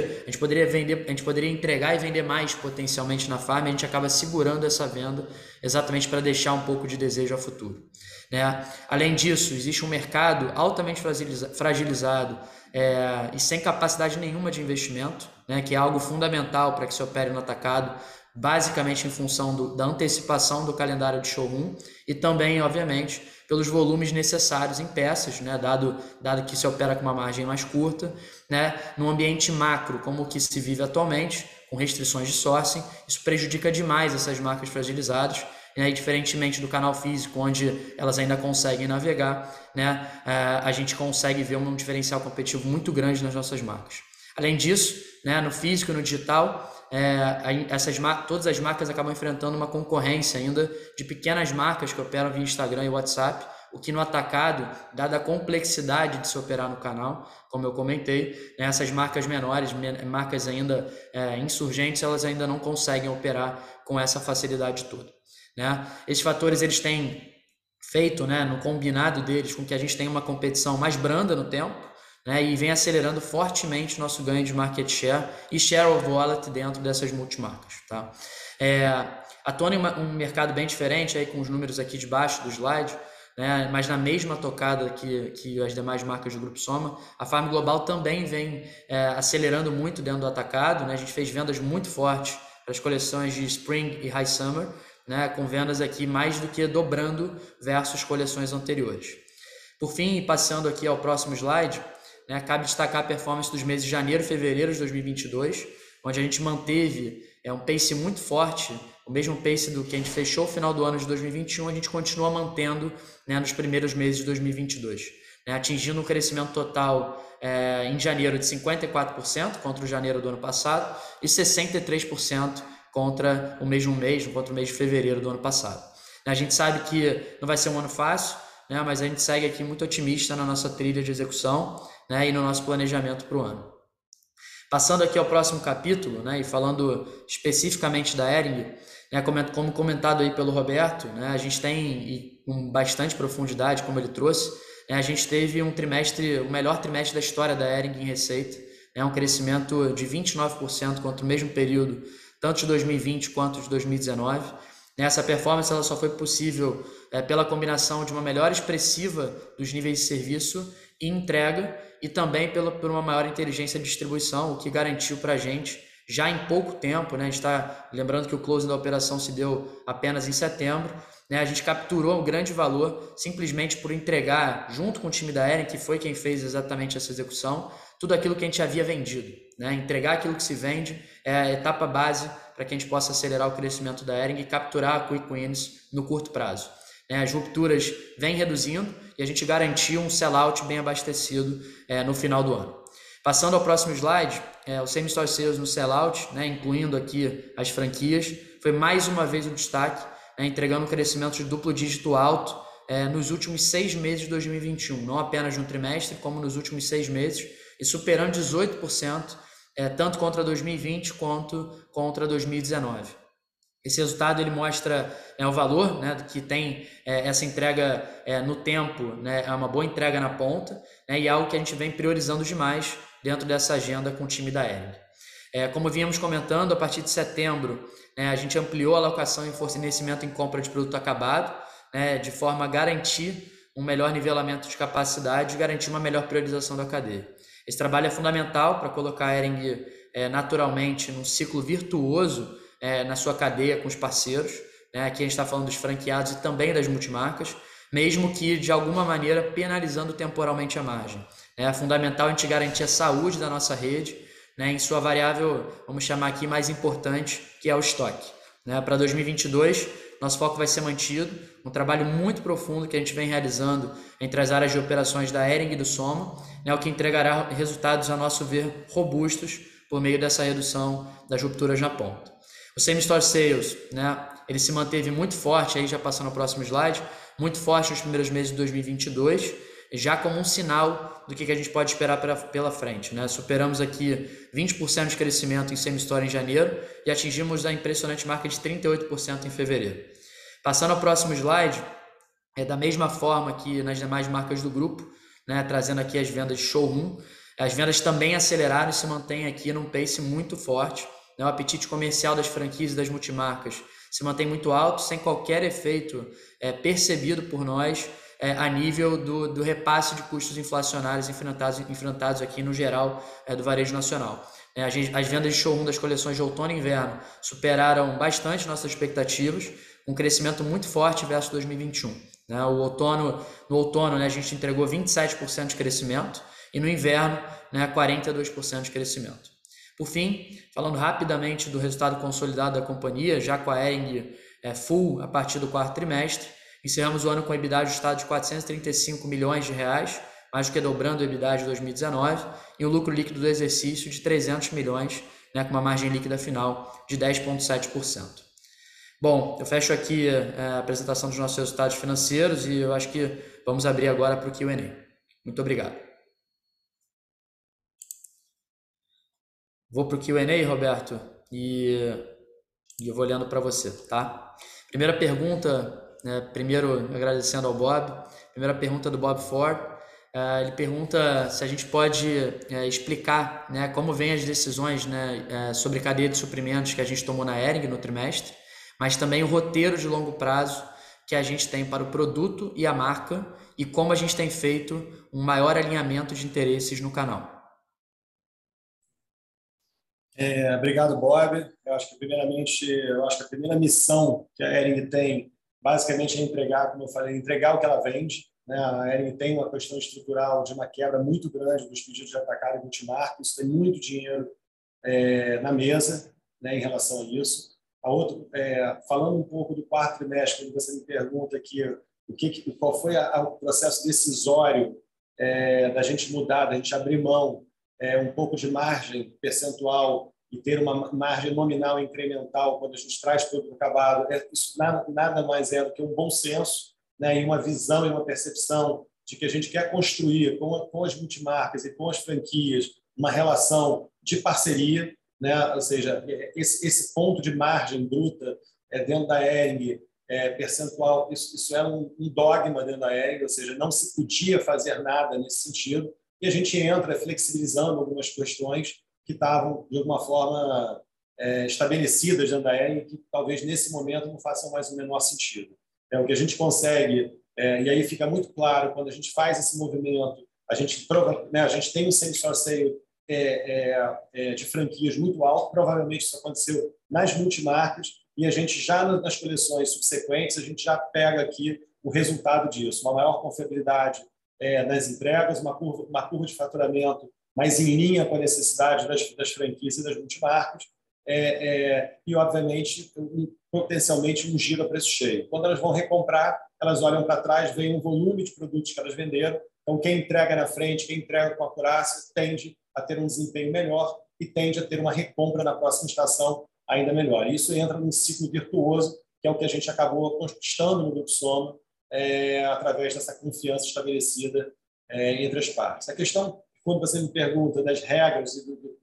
poderia entregar e vender mais potencialmente na Farm, a gente acaba segurando essa venda exatamente para deixar um pouco de desejo a futuro, né? Além disso, existe um mercado altamente fragilizado e sem capacidade nenhuma de investimento, né? Que é algo fundamental para que se opere no atacado, basicamente em função da antecipação do calendário de showroom e também, obviamente, pelos volumes necessários em peças, né, dado que se opera com uma margem mais curta, né, num ambiente macro como o que se vive atualmente, com restrições de sourcing, isso prejudica demais essas marcas fragilizadas, né, e diferentemente do canal físico, onde elas ainda conseguem navegar, né, a gente consegue ver um diferencial competitivo muito grande nas nossas marcas. Além disso, né, no físico e no digital, todas as marcas acabam enfrentando uma concorrência ainda de pequenas marcas que operam via Instagram e WhatsApp, o que no atacado, dada a complexidade de se operar no canal, como eu comentei, né, essas marcas menores, marcas ainda insurgentes, elas ainda não conseguem operar com essa facilidade toda, né? Esses fatores eles têm feito, né, no combinado deles, com que a gente tenha uma competição mais branda no tempo, né, e vem acelerando fortemente nosso ganho de market share e share of wallet dentro dessas multimarcas. Tá? Atuando em um mercado bem diferente, aí com os números aqui de baixo do slide, né, mas na mesma tocada que as demais marcas do Grupo Soma, a Farm Global também vem acelerando muito dentro do atacado, né, a gente fez vendas muito fortes para as coleções de Spring e High Summer, né, com vendas aqui mais do que dobrando versus coleções anteriores. Por fim, passando aqui ao próximo slide, né, cabe destacar a performance dos meses de janeiro e fevereiro de 2022, onde a gente manteve um pace muito forte, o mesmo pace do que a gente fechou o final do ano de 2021, a gente continua mantendo, né, nos primeiros meses de 2022. né, atingindo um crescimento total em janeiro de 54% contra o janeiro do ano passado e 63% contra o mesmo mês, contra o mês de fevereiro do ano passado. A gente sabe que não vai ser um ano fácil, né, mas a gente segue aqui muito otimista na nossa trilha de execução, né, e no nosso planejamento para o ano. Passando aqui ao próximo capítulo, né, e falando especificamente da Hering, né, como comentado aí pelo Roberto, né, a gente tem, e com bastante profundidade, como ele trouxe, né, a gente teve um trimestre, o melhor trimestre da história da Hering em receita, né, um crescimento de 29% contra o mesmo período, tanto de 2020 quanto de 2019. Essa performance ela só foi possível pela combinação de uma melhora expressiva dos níveis de serviço e entrega e também por uma maior inteligência de distribuição, o que garantiu para a gente, já em pouco tempo, né, a gente está lembrando que o close da operação se deu apenas em setembro, né, a gente capturou um grande valor simplesmente por entregar, junto com o time da Hering, que foi quem fez exatamente essa execução, tudo aquilo que a gente havia vendido. Né? Entregar aquilo que se vende é a etapa base para que a gente possa acelerar o crescimento da Hering e capturar a quick wins no curto prazo. As rupturas vêm reduzindo e a gente garantiu um sellout bem abastecido no final do ano. Passando ao próximo slide, o Same Store Sales no sellout, né, incluindo aqui as franquias, foi mais uma vez um destaque, entregando um crescimento de duplo dígito alto nos últimos 6 meses de 2021, não apenas no trimestre, como nos últimos 6 meses, e superando 18%, tanto contra 2020 quanto contra 2019. Esse resultado ele mostra o valor, né, que tem essa entrega no tempo, né, é uma boa entrega na ponta, né, e é algo que a gente vem priorizando demais dentro dessa agenda com o time da Hering. Como vínhamos comentando, a partir de setembro, a gente ampliou a alocação em fornecimento em compra de produto acabado, de forma a garantir um melhor nivelamento de capacidade e garantir uma melhor priorização da cadeia. Esse trabalho é fundamental para colocar a Hering naturalmente num ciclo virtuoso na sua cadeia com os parceiros. Aqui a gente está falando dos franqueados e também das multimarcas, mesmo que de alguma maneira penalizando temporalmente a margem. É fundamental a gente garantir a saúde da nossa rede, em sua variável, vamos chamar aqui, mais importante, que é o estoque. Para 2022, nosso foco vai ser mantido, um trabalho muito profundo que a gente vem realizando entre as áreas de operações da Hering e do Soma, o que entregará resultados, a nosso ver, robustos por meio dessa redução das rupturas na ponta. O Same Store Sales, ele se manteve muito forte, aí já passando ao próximo slide, muito forte nos primeiros meses de 2022, já como um sinal do que a gente pode esperar pela frente. Superamos aqui 20% de crescimento em Same Store em janeiro e atingimos a impressionante marca de 38% em fevereiro. Passando ao próximo slide, da mesma forma que nas demais marcas do grupo, trazendo aqui as vendas de showroom, as vendas também aceleraram e se mantêm aqui num pace muito forte. O apetite comercial das franquias e das multimarcas se mantém muito alto, sem qualquer efeito percebido por nós a nível do repasse de custos inflacionários enfrentados aqui no geral do varejo nacional. As vendas de showroom das coleções de outono e inverno superaram bastante nossas expectativas, com um crescimento muito forte versus 2021. No outono a gente entregou 27% de crescimento e no inverno 42% de crescimento. Por fim, falando rapidamente do resultado consolidado da companhia, já com a Hering full a partir do quarto trimestre, encerramos o ano com o EBITDA ajustado de R$435 milhões, mais do que dobrando o EBITDA de 2019, e o lucro líquido do exercício de R$300 milhões, com uma margem líquida final de 10,7%. Bom, eu fecho aqui a apresentação dos nossos resultados financeiros e eu acho que vamos abrir agora para o Q&A. Muito obrigado. Vou para o Q&A, Roberto, e eu vou olhando para você, tá? Primeira pergunta, primeiro agradecendo ao Bob, primeira pergunta do Bob Ford, ele pergunta se a gente pode explicar como vêm as decisões sobre cadeia de suprimentos que a gente tomou na Hering no trimestre, mas também o roteiro de longo prazo que a gente tem para o produto e a marca e como a gente tem feito um maior alinhamento de interesses no canal. Obrigado, Bob. Eu acho que, primeiramente, a primeira missão que a Hering tem, basicamente, é entregar, como eu falei, entregar o que ela vende. A Hering tem uma questão estrutural de uma quebra muito grande dos pedidos de atacado e multimarca. Isso tem muito dinheiro na mesa em relação a isso. Falando um pouco do quarto trimestre, quando você me pergunta aqui qual foi o processo decisório da gente mudar, da gente abrir mão um pouco de margem percentual e ter uma margem nominal incremental quando a gente traz produto acabado, isso nada mais é do que um bom senso, né, e uma visão e uma percepção de que a gente quer construir com as multimarcas e com as franquias uma relação de parceria, né? Ou seja, esse ponto de margem bruta dentro da Hering, percentual, isso era um dogma dentro da Hering, ou seja, não se podia fazer nada nesse sentido, e a gente entra flexibilizando algumas questões que estavam, de alguma forma, estabelecidas dentro da Hering, que talvez nesse momento não façam mais o menor sentido. O que a gente consegue, e aí fica muito claro, quando a gente faz esse movimento, a gente tem um same-store sale de franquias muito alto, provavelmente isso aconteceu nas multimarcas, e a gente já nas coleções subsequentes, a gente já pega aqui o resultado disso, uma maior confiabilidade nas entregas, uma curva de faturamento mais em linha com a necessidade das franquias e das multimarcas, e, obviamente, potencialmente um giro a preço cheio. Quando elas vão recomprar, elas olham para trás, veem um volume de produtos que elas venderam, então quem entrega na frente, quem entrega com acurácia, tende a ter um desempenho melhor e tende a ter uma recompra na próxima estação ainda melhor. Isso entra num ciclo virtuoso, que é o que a gente acabou conquistando no Grupo Soma, através dessa confiança estabelecida entre as partes. A questão, quando você me pergunta das regras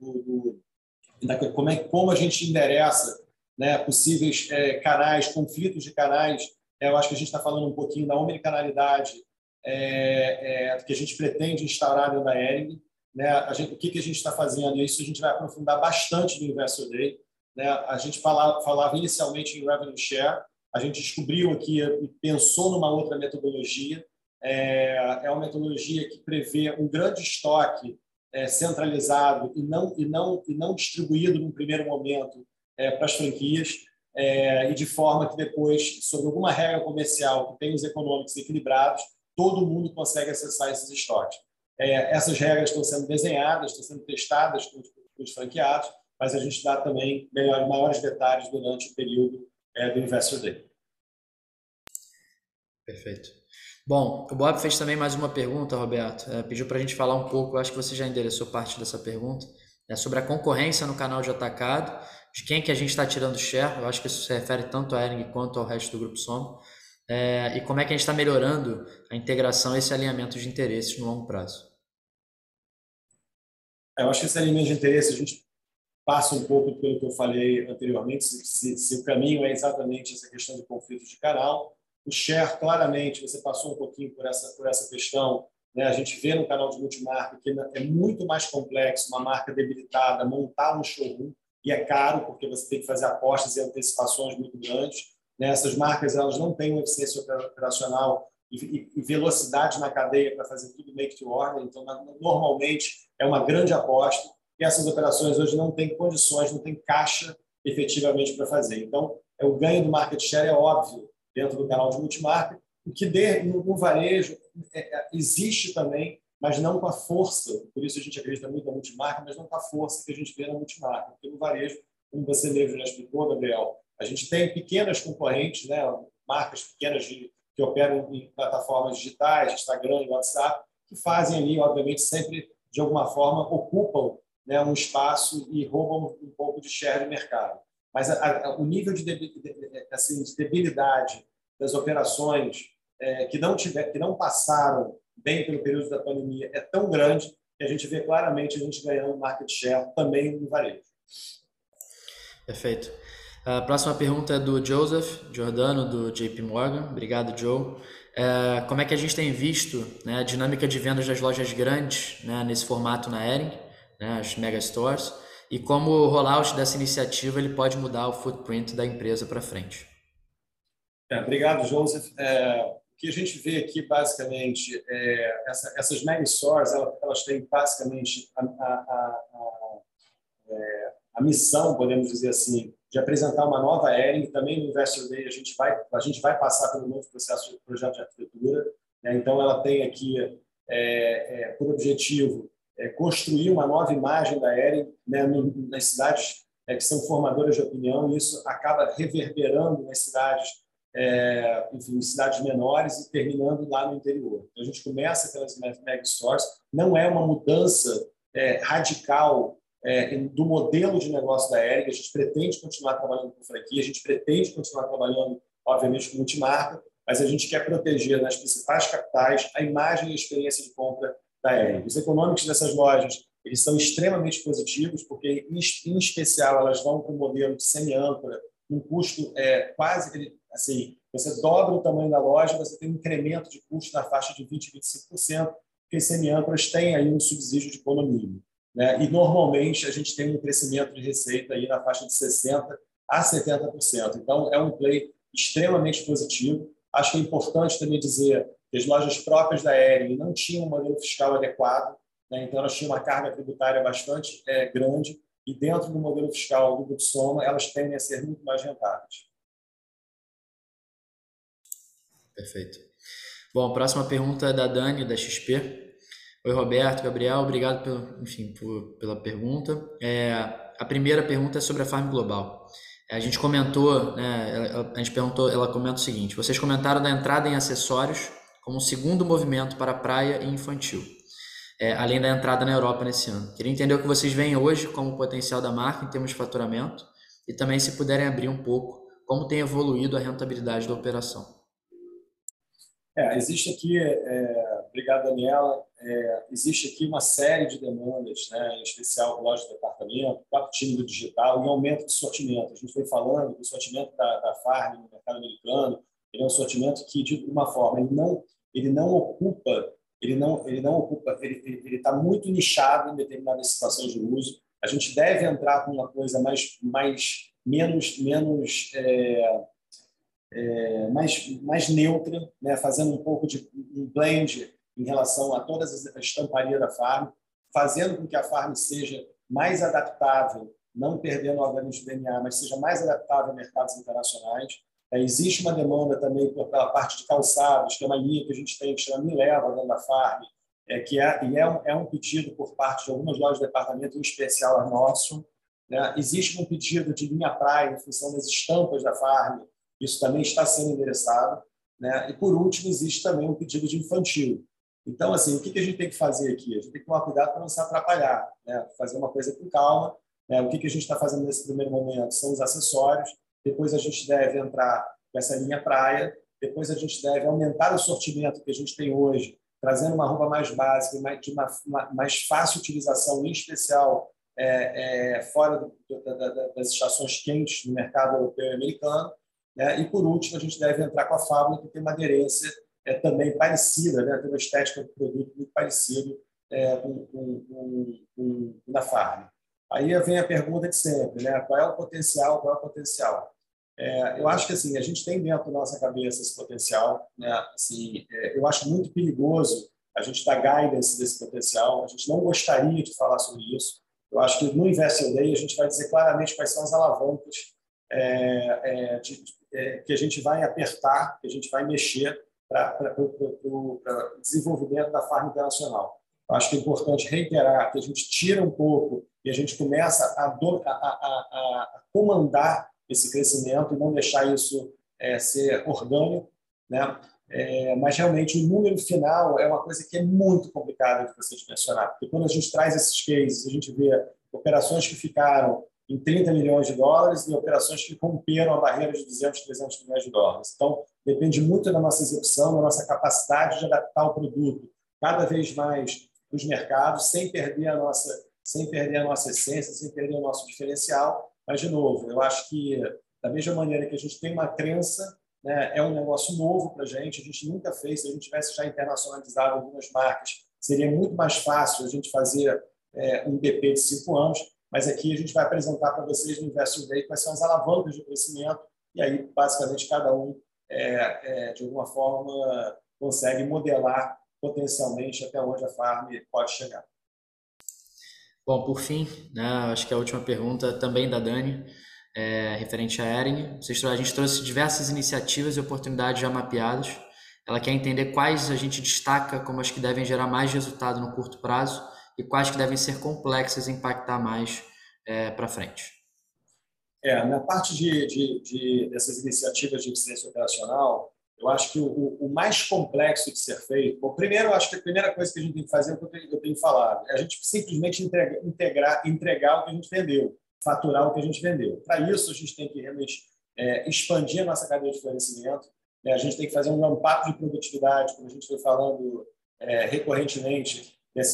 e como a gente endereça, né, possíveis canais, conflitos de canais, eu acho que a gente está falando um pouquinho da omnicanalidade que a gente pretende instaurar dentro da Hering, né? O que a gente está fazendo? Isso a gente vai aprofundar bastante no Investor Day, né? A gente falava inicialmente em revenue share, a gente descobriu aqui e pensou numa outra metodologia, uma metodologia que prevê um grande estoque centralizado e não distribuído num primeiro momento para as franquias, e de forma que depois, sob alguma regra comercial que tenha os econômicos equilibrados, todo mundo consegue acessar esses estoques. Essas regras estão sendo desenhadas, estão sendo testadas com os franqueados, mas a gente dá também maiores detalhes durante o período do Investor Day. Perfeito. Bom, o Bob fez também mais uma pergunta, Roberto. Pediu para a gente falar um pouco, eu acho que você já endereçou parte dessa pergunta, sobre a concorrência no canal de atacado, de quem que a gente está tirando share. Eu acho que isso se refere tanto à Hering quanto ao resto do Grupo Soma. E como é que a gente está melhorando a integração e esse alinhamento de interesses no longo prazo. Eu acho que esse alinhamento de interesses, a gente passa um pouco pelo que eu falei anteriormente, se o caminho é exatamente essa questão de conflitos de canal. O share, claramente, você passou um pouquinho por essa questão, né? A gente vê no canal de multimarca que é muito mais complexo uma marca debilitada montar um showroom, e é caro, porque você tem que fazer apostas e antecipações muito grandes, né? Essas marcas elas não têm uma eficiência operacional e velocidade na cadeia para fazer tudo make to order, então normalmente é uma grande aposta, e essas operações hoje não têm condições, não têm caixa efetivamente para fazer. Então, o ganho do market share é óbvio dentro do canal de multimarca, o que no varejo existe também, mas não com a força, por isso a gente acredita muito na multimarca, mas não com a força que a gente vê na multimarca, porque no varejo, como você mesmo já explicou, Gabriel, a gente tem pequenas concorrentes, né, marcas pequenas que operam em plataformas digitais, Instagram e WhatsApp, que fazem ali, obviamente, sempre, de alguma forma, ocupam, né, um espaço e roubam um pouco de share de mercado. Mas o nível de debilidade das operações que não passaram bem pelo período da pandemia é tão grande que a gente vê claramente a gente ganhando market share também no varejo. Perfeito. A próxima pergunta é do Joseph Giordano, do JP Morgan. Obrigado, Joe. Como é que a gente tem visto, né, a dinâmica de vendas das lojas grandes, né, nesse formato na Hering, né, as mega stores, e como o rollout dessa iniciativa ele pode mudar o footprint da empresa para frente? Obrigado, Joseph. O que a gente vê aqui, basicamente, essas mega stores, elas têm basicamente a missão, podemos dizer assim, de apresentar uma nova Hering. Também no Investor Day a gente vai passar pelo novo processo de projeto de arquitetura, né? Então ela tem aqui por objetivo construir uma nova imagem da Hering, né, nas cidades que são formadoras de opinião, e isso acaba reverberando nas cidades enfim, em cidades menores e terminando lá no interior. Então, a gente começa pelas mega stores, não é uma mudança radical do modelo de negócio da Hering. A gente pretende continuar trabalhando com franquia, a gente pretende continuar trabalhando, obviamente, com multimarca, mas a gente quer proteger nas principais capitais a imagem e a experiência de compra da Hering. Os econômicos dessas lojas eles são extremamente positivos, porque, em especial, elas vão para o modelo de semi-âncora, um custo quase, assim, você dobra o tamanho da loja, você tem um incremento de custo na faixa de 20% a 25%, porque as semi-âncoras têm aí um subsídio de condomínio, né? E, normalmente, a gente tem um crescimento de receita aí na faixa de 60% a 70%. Então, é um play extremamente positivo. Acho que é importante também dizer que as lojas próprias da Hering não tinham um modelo fiscal adequado, né? Então, elas tinham uma carga tributária bastante grande e, dentro do modelo fiscal do Grupo Soma, elas tendem a ser muito mais rentáveis. Perfeito. Bom, a próxima pergunta é da Dani, da XP. Oi, Roberto, Gabriel, obrigado pela pergunta. A primeira pergunta é sobre a Farm Global. A gente comentou, né, ela comenta o seguinte: vocês comentaram da entrada em acessórios como um segundo movimento para praia e infantil, além da entrada na Europa nesse ano. Queria entender o que vocês veem hoje como potencial da marca em termos de faturamento e também, se puderem abrir um pouco, como tem evoluído a rentabilidade da operação. Existe aqui, obrigado, Daniela, existe aqui uma série de demandas, né, em especial loja de departamento, próprio time do digital e aumento de sortimento. A gente foi falando que o sortimento da Farm no mercado americano ele é um sortimento que, de uma forma, ele está muito nichado em determinadas situações de uso. A gente deve entrar com uma coisa mais neutra, né? Fazendo um pouco de um blend em relação a todas as estamparias da Farm, fazendo com que a Farm seja mais adaptável, não perdendo obviamente o DNA, mas seja mais adaptável a mercados internacionais. Existe uma demanda também pela parte de calçados, que é uma linha que a gente tem que chama Me Leva, dentro da Farm, que é um pedido por parte de algumas lojas de departamento, em especial a nosso, né? Existe um pedido de linha praia em função das estampas da Farm. Isso também está sendo endereçado, né? E, por último, existe também um pedido de infantil. Então, assim, o que a gente tem que fazer aqui? A gente tem que tomar cuidado para não se atrapalhar, né? Fazer uma coisa com calma, né? O que a gente está fazendo nesse primeiro momento são os acessórios, depois a gente deve entrar com essa linha praia, depois a gente deve aumentar o sortimento que a gente tem hoje, trazendo uma roupa mais básica, de mais fácil utilização, em especial fora das estações quentes do mercado europeu e americano. E, por último, a gente deve entrar com a Fábula, que tem uma aderência também parecida, né? Tem uma estética do produto muito parecida com da Farm. Aí vem a pergunta de sempre, né? Qual é o potencial? Qual é o potencial? Eu acho que assim, a gente tem dentro da nossa cabeça esse potencial, né? Assim, eu acho muito perigoso a gente dar guidance desse potencial. A gente não gostaria de falar sobre isso. Eu acho que no Investor Day a gente vai dizer claramente quais são as alavancas que a gente vai apertar, que a gente vai mexer para o desenvolvimento da Farm Internacional. Eu acho que é importante reiterar que a gente tira um pouco e a gente começa a comandar esse crescimento e não deixar isso ser orgânico, né? Mas realmente o número final é uma coisa que é muito complicada de você dimensionar, porque quando a gente traz esses cases, a gente vê operações que ficaram em 30 milhões de dólares e operações que romperam a barreira de 200, 300 milhões de dólares. Então, depende muito da nossa execução, da nossa capacidade de adaptar o produto cada vez mais nos mercados, sem perder a nossa essência, sem perder o nosso diferencial. Mas, de novo, eu acho que, da mesma maneira que a gente tem uma crença, né, é um negócio novo para a gente nunca fez. Se a gente tivesse já internacionalizado algumas marcas, seria muito mais fácil a gente fazer um BP de 5 anos. Mas aqui a gente vai apresentar para vocês no Investor Day quais são as alavancas de crescimento e aí, basicamente, cada um, de alguma forma, consegue modelar potencialmente até onde a Farm pode chegar. Bom, por fim, né, acho que a última pergunta também da Dani, referente à Hering. A gente trouxe diversas iniciativas e oportunidades já mapeadas. Ela quer entender quais a gente destaca como as que devem gerar mais resultado no curto prazo e quais que devem ser complexas e impactar mais para frente. Na parte dessas iniciativas de eficiência operacional, eu acho que o mais complexo de ser feito, bom, primeiro, eu acho que a primeira coisa que a gente tem que fazer é o que eu tenho falado, é a gente simplesmente entregar o que a gente vendeu, faturar o que a gente vendeu. Para isso, a gente tem que realmente expandir a nossa cadeia de fornecimento, né? A gente tem que fazer um ramp-up de produtividade, como a gente foi falando recorrentemente,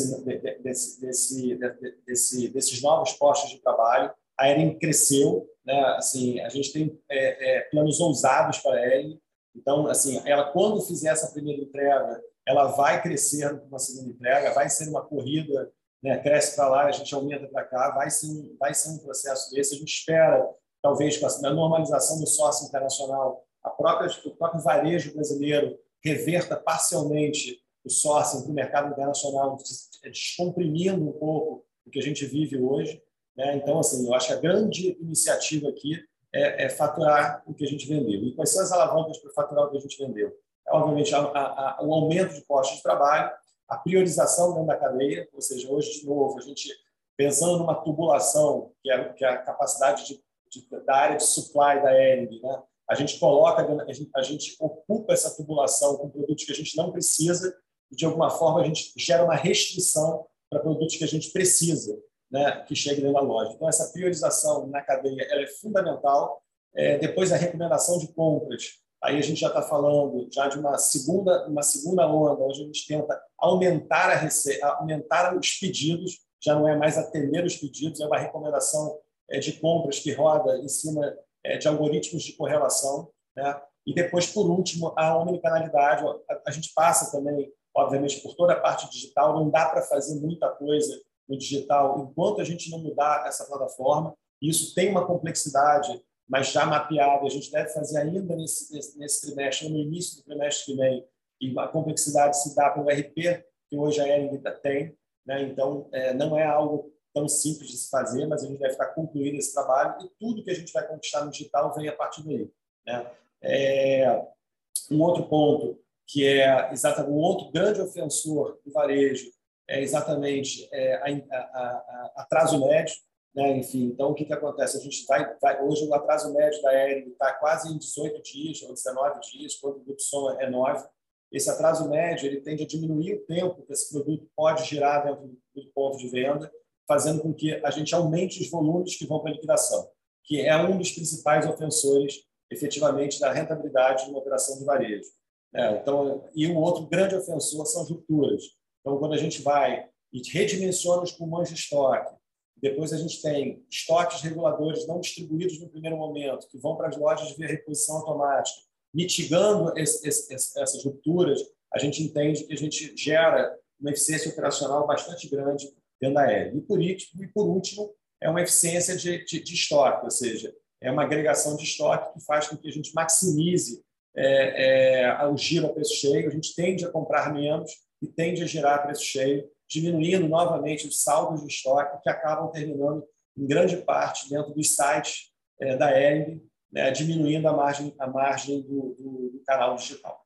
desses novos postos de trabalho. A Ering cresceu, né? Assim, a gente tem planos ousados para a Ering. Então, assim, ela quando fizer essa primeira entrega, ela vai crescer uma segunda entrega, vai ser uma corrida, né? Cresce para lá, a gente aumenta para cá, vai ser um processo desse. A gente espera, talvez, com a normalização do sócio internacional, o próprio varejo brasileiro reverta parcialmente o sourcing para o mercado internacional, descomprimindo um pouco o que a gente vive hoje, né? Então, assim, eu acho que a grande iniciativa aqui é faturar o que a gente vendeu. E quais são as alavancas para faturar o que a gente vendeu? Obviamente, o aumento de postos de trabalho, a priorização dentro da cadeia, ou seja, hoje, de novo, a gente pensando numa tubulação, que é a capacidade da área de supply da Ering, né? A gente ocupa essa tubulação com produtos que a gente não precisa e, de alguma forma, a gente gera uma restrição para produtos que a gente precisa, né, que chegue dentro da loja. Então, essa priorização na cadeia ela é fundamental. Depois, a recomendação de compras. Aí a gente já está falando já de uma segunda onda, onde a gente tenta aumentar aumentar os pedidos, já não é mais atender os pedidos, é uma recomendação de compras que roda em cima de algoritmos de correlação, né? E depois, por último, a omnicanalidade. A gente passa também, obviamente, por toda a parte digital, não dá para fazer muita coisa no digital enquanto a gente não mudar essa plataforma. Isso tem uma complexidade, mas já mapeada. A gente deve fazer ainda nesse trimestre, no início do trimestre que vem, e a complexidade se dá pelo RP, que hoje a Ering tem, né? Então, não é algo tão simples de se fazer, mas a gente deve estar concluindo esse trabalho e tudo que a gente vai conquistar no digital vem a partir daí, né? Um outro ponto que é exatamente um outro grande ofensor do varejo é exatamente atraso médio, né? Enfim, então o que acontece? A gente hoje o atraso médio da Ering está quase em 18 dias ou 19 dias, quando o Grupo Soma é 9. Esse atraso médio ele tende a diminuir o tempo que esse produto pode girar dentro do ponto de venda, fazendo com que a gente aumente os volumes que vão para a liquidação, que é um dos principais ofensores, efetivamente, da rentabilidade de uma operação de varejo. Então, e um outro grande ofensor são as rupturas. Então, quando a gente vai e redimensiona os pulmões de estoque, depois a gente tem estoques reguladores não distribuídos no primeiro momento, que vão para as lojas via reposição automática, mitigando essas rupturas, a gente entende que a gente gera uma eficiência operacional bastante grande dentro da Ering. E por último, é uma eficiência de estoque, ou seja, é uma agregação de estoque que faz com que a gente maximize o giro a preço cheio. A gente tende a comprar menos e tende a girar a preço cheio, diminuindo novamente os saldos de estoque que acabam terminando em grande parte dentro dos sites da Ering, né, diminuindo a margem do canal digital.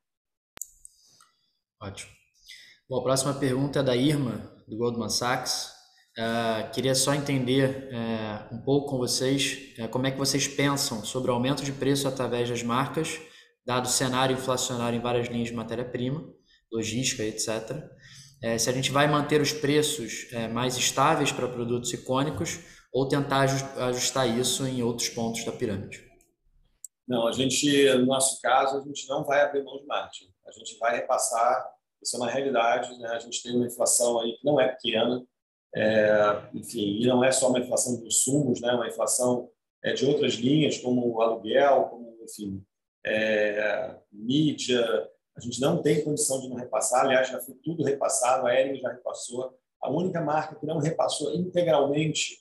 Ótimo. Bom, a próxima pergunta é da Irma, do Goldman Sachs. Queria só entender um pouco com vocês como é que vocês pensam sobre o aumento de preço através das marcas, dado o cenário inflacionário em várias linhas de matéria-prima, logística, etc. Se a gente vai manter os preços mais estáveis para produtos icônicos ou tentar ajustar isso em outros pontos da pirâmide. Não, no nosso caso, a gente não vai abrir mão de margem. A gente vai repassar, isso é uma realidade, né? A gente tem uma inflação aí que não é pequena, enfim, e não é só uma inflação de insumos, né? Uma inflação de outras linhas, como o aluguel, como, enfim, mídia. A gente não tem condição de não repassar, aliás, já foi tudo repassado, a Ering já repassou. A única marca que não repassou integralmente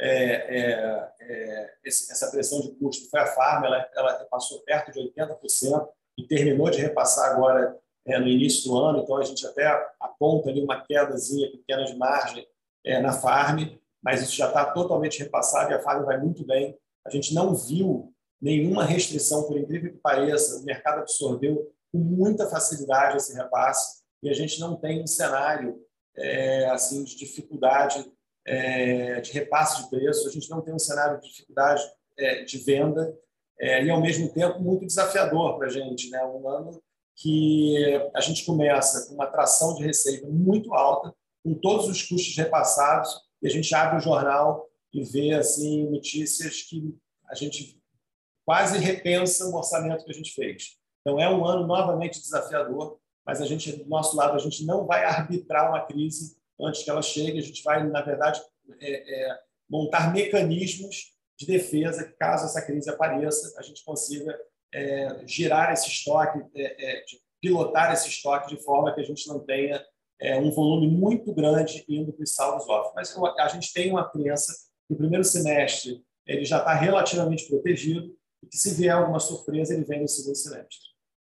essa pressão de custo foi a Farm, ela repassou perto de 80% e terminou de repassar agora no início do ano, então a gente até aponta ali uma quedazinha pequena de margem na Farm, mas isso já está totalmente repassado e a Farm vai muito bem. A gente não viu nenhuma restrição, por incrível que pareça, o mercado absorveu com muita facilidade esse repasse e a gente não tem um cenário assim de dificuldade de repasse de preço, a gente não tem um cenário de dificuldade de venda e, ao mesmo tempo, muito desafiador para a gente, né? Um ano que a gente começa com uma tração de receita muito alta, com todos os custos repassados, e a gente abre o jornal e vê assim, notícias que a gente quase repensa o orçamento que a gente fez. Então, é um ano novamente desafiador, mas a gente, do nosso lado, a gente não vai arbitrar uma crise antes que ela chegue, a gente vai, na verdade, montar mecanismos de defesa que, caso essa crise apareça, a gente consiga girar esse estoque, pilotar esse estoque de forma que a gente não tenha um volume muito grande indo para os saldos off. Mas a gente tem uma crença que o primeiro semestre ele já está relativamente protegido e que, se vier alguma surpresa, ele vem no segundo semestre.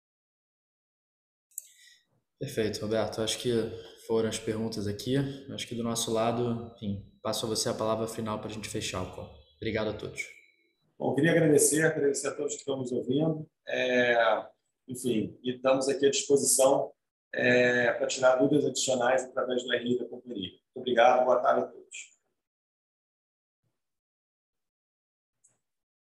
Perfeito, Roberto. Acho que foram as perguntas aqui. Acho que do nosso lado, enfim, passo a você a palavra final para a gente fechar o call. Obrigado a todos. Bom, queria agradecer a todos que estão nos ouvindo. Enfim, e estamos aqui à disposição para tirar dúvidas adicionais através do RI da companhia. Muito obrigado, boa tarde a todos.